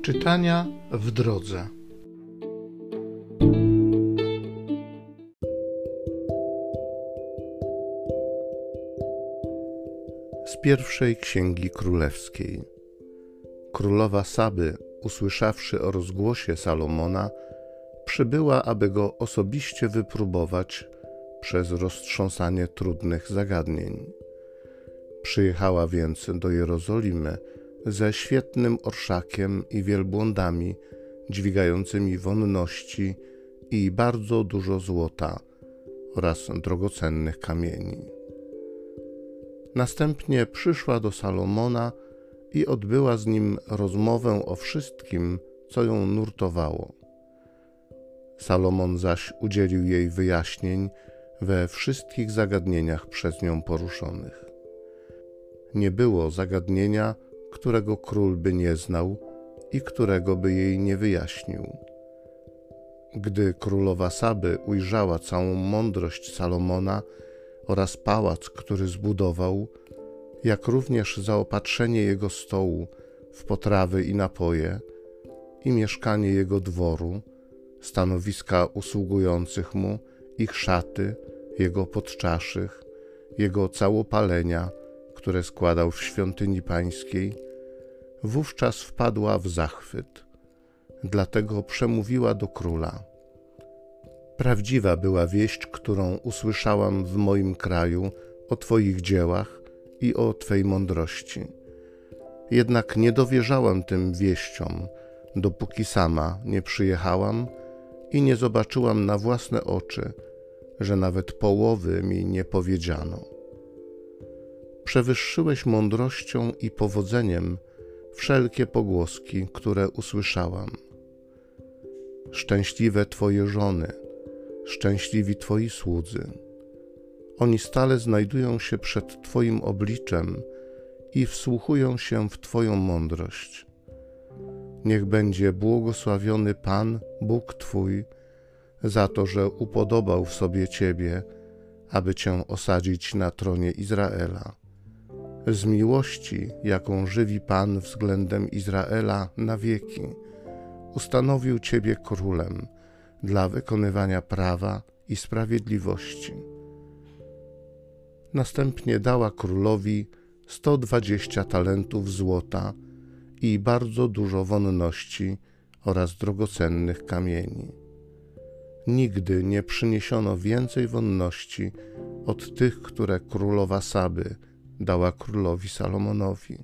Czytania w drodze. Z pierwszej Księgi Królewskiej. Królowa Saby, usłyszawszy o rozgłosie Salomona, przybyła, aby go osobiście wypróbować przez roztrząsanie trudnych zagadnień. Przyjechała więc do Jerozolimy ze świetnym orszakiem i wielbłądami dźwigającymi wonności i bardzo dużo złota oraz drogocennych kamieni. Następnie przyszła do Salomona i odbyła z nim rozmowę o wszystkim, co ją nurtowało. Salomon zaś udzielił jej wyjaśnień we wszystkich zagadnieniach przez nią poruszonych. Nie było zagadnienia, którego król by nie znał i którego by jej nie wyjaśnił. Gdy królowa Saby ujrzała całą mądrość Salomona oraz pałac, który zbudował, jak również zaopatrzenie jego stołu w potrawy i napoje i mieszkanie jego dworu, stanowiska usługujących mu, ich szaty, jego podczaszych, jego całopalenia, które składał w świątyni pańskiej, wówczas wpadła w zachwyt. Dlatego przemówiła do króla: Prawdziwa była wieść, którą usłyszałam w moim kraju o Twoich dziełach i o Twej mądrości. Jednak nie dowierzałam tym wieściom, dopóki sama nie przyjechałam i nie zobaczyłam na własne oczy, że nawet połowy mi nie powiedziano. Przewyższyłeś mądrością i powodzeniem wszelkie pogłoski, które usłyszałam. Szczęśliwe Twoje żony, szczęśliwi Twoi słudzy. Oni stale znajdują się przed Twoim obliczem i wsłuchują się w Twoją mądrość. Niech będzie błogosławiony Pan, Bóg Twój, za to, że upodobał w sobie Ciebie, aby Cię osadzić na tronie Izraela. Z miłości, jaką żywi Pan względem Izraela na wieki, ustanowił Ciebie królem dla wykonywania prawa i sprawiedliwości. Następnie dała królowi 120 talentów złota i bardzo dużo wonności oraz drogocennych kamieni. Nigdy nie przyniesiono więcej wonności od tych, które królowa Saby dała królowi Salomonowi.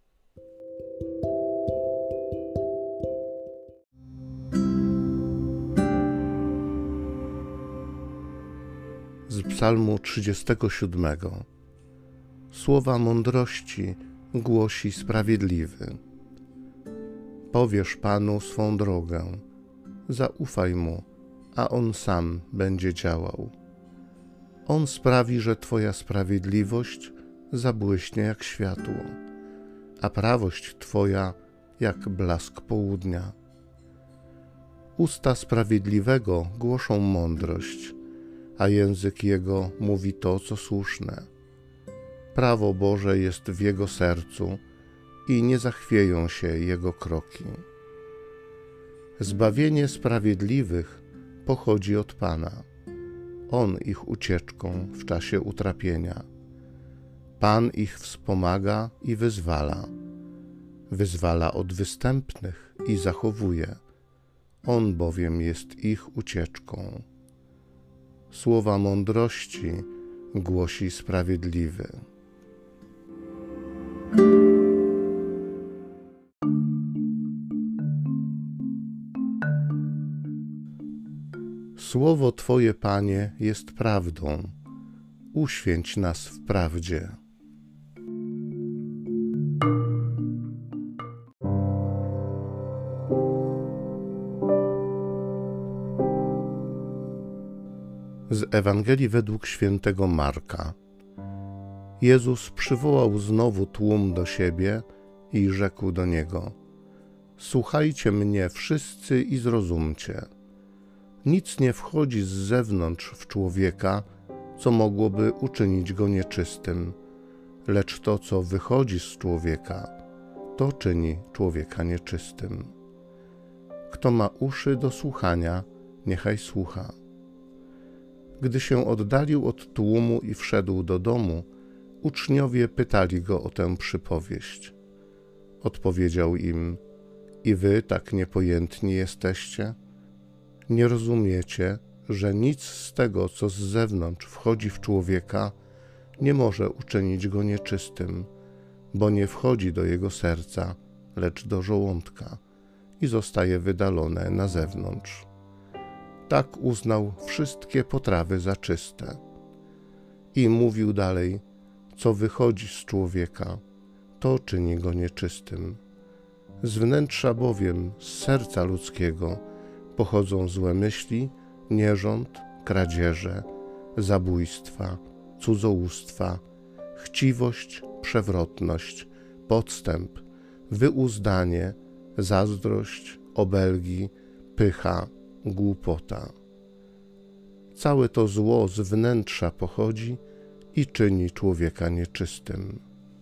Z Psalmu 37. Słowa mądrości głosi sprawiedliwy. Powiesz Panu swą drogę, zaufaj Mu, a On sam będzie działał. On sprawi, że Twoja sprawiedliwość zabłyśnie jak światło, a prawość Twoja jak blask południa. Usta sprawiedliwego głoszą mądrość, a język jego mówi to, co słuszne. Prawo Boże jest w jego sercu i nie zachwieją się jego kroki. Zbawienie sprawiedliwych pochodzi od Pana. On ich ucieczką w czasie utrapienia. Pan ich wspomaga i wyzwala. Wyzwala od występnych i zachowuje. On bowiem jest ich ucieczką. Słowa mądrości głosi sprawiedliwy. Słowo Twoje, Panie, jest prawdą. Uświęć nas w prawdzie. Z Ewangelii według świętego Marka. Jezus przywołał znowu tłum do siebie i rzekł do niego: Słuchajcie mnie wszyscy i zrozumcie. Nic nie wchodzi z zewnątrz w człowieka, co mogłoby uczynić go nieczystym, lecz to, co wychodzi z człowieka, to czyni człowieka nieczystym. Kto ma uszy do słuchania, niechaj słucha. Gdy się oddalił od tłumu i wszedł do domu, uczniowie pytali go o tę przypowieść. Odpowiedział im: i wy tak niepojętni jesteście? Nie rozumiecie, że nic z tego, co z zewnątrz wchodzi w człowieka, nie może uczynić go nieczystym, bo nie wchodzi do jego serca, lecz do żołądka i zostaje wydalone na zewnątrz. Tak uznał wszystkie potrawy za czyste. I mówił dalej: co wychodzi z człowieka, to czyni go nieczystym. Z wnętrza bowiem, z serca ludzkiego, pochodzą złe myśli, nierząd, kradzieże, zabójstwa, cudzołóstwa, chciwość, przewrotność, podstęp, wyuzdanie, zazdrość, obelgi, pycha, głupota. Całe to zło z wnętrza pochodzi i czyni człowieka nieczystym.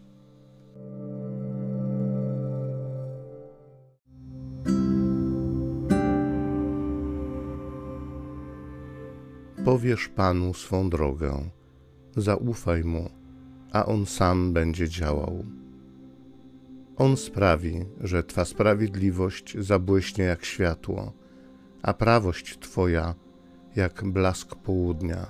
Powierz Panu swą drogę, zaufaj Mu, a On sam będzie działał. On sprawi, że Twa sprawiedliwość zabłyśnie jak światło, a prawość Twoja jak blask południa.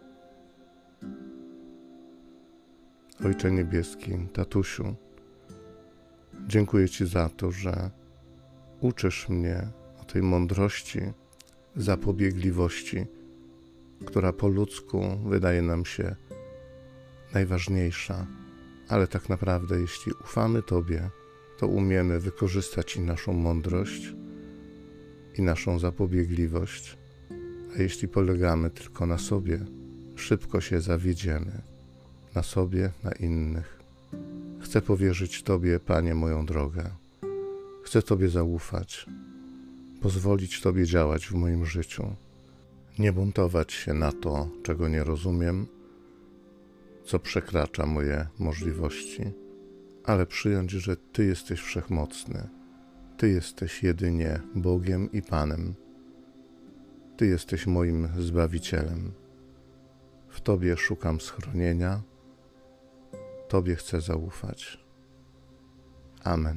Ojcze Niebieski, Tatusiu, dziękuję Ci za to, że uczysz mnie o tej mądrości, zapobiegliwości, która po ludzku wydaje nam się najważniejsza, ale tak naprawdę jeśli ufamy Tobie, to umiemy wykorzystać i naszą mądrość, i naszą zapobiegliwość, a jeśli polegamy tylko na sobie, szybko się zawiedziemy, na sobie, na innych. Chcę powierzyć Tobie, Panie, moją drogę. Chcę Tobie zaufać, pozwolić Tobie działać w moim życiu. Nie buntować się na to, czego nie rozumiem, co przekracza moje możliwości, ale przyjąć, że Ty jesteś wszechmocny. Ty jesteś jedynie Bogiem i Panem. Ty jesteś moim Zbawicielem. W Tobie szukam schronienia. Tobie chcę zaufać. Amen.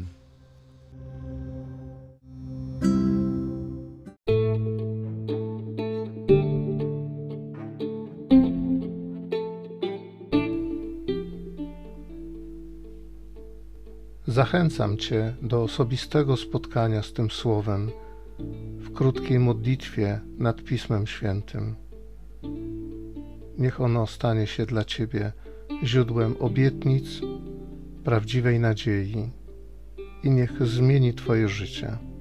Zachęcam Cię do osobistego spotkania z tym Słowem w krótkiej modlitwie nad Pismem Świętym. Niech ono stanie się dla Ciebie źródłem obietnic, prawdziwej nadziei i niech zmieni Twoje życie.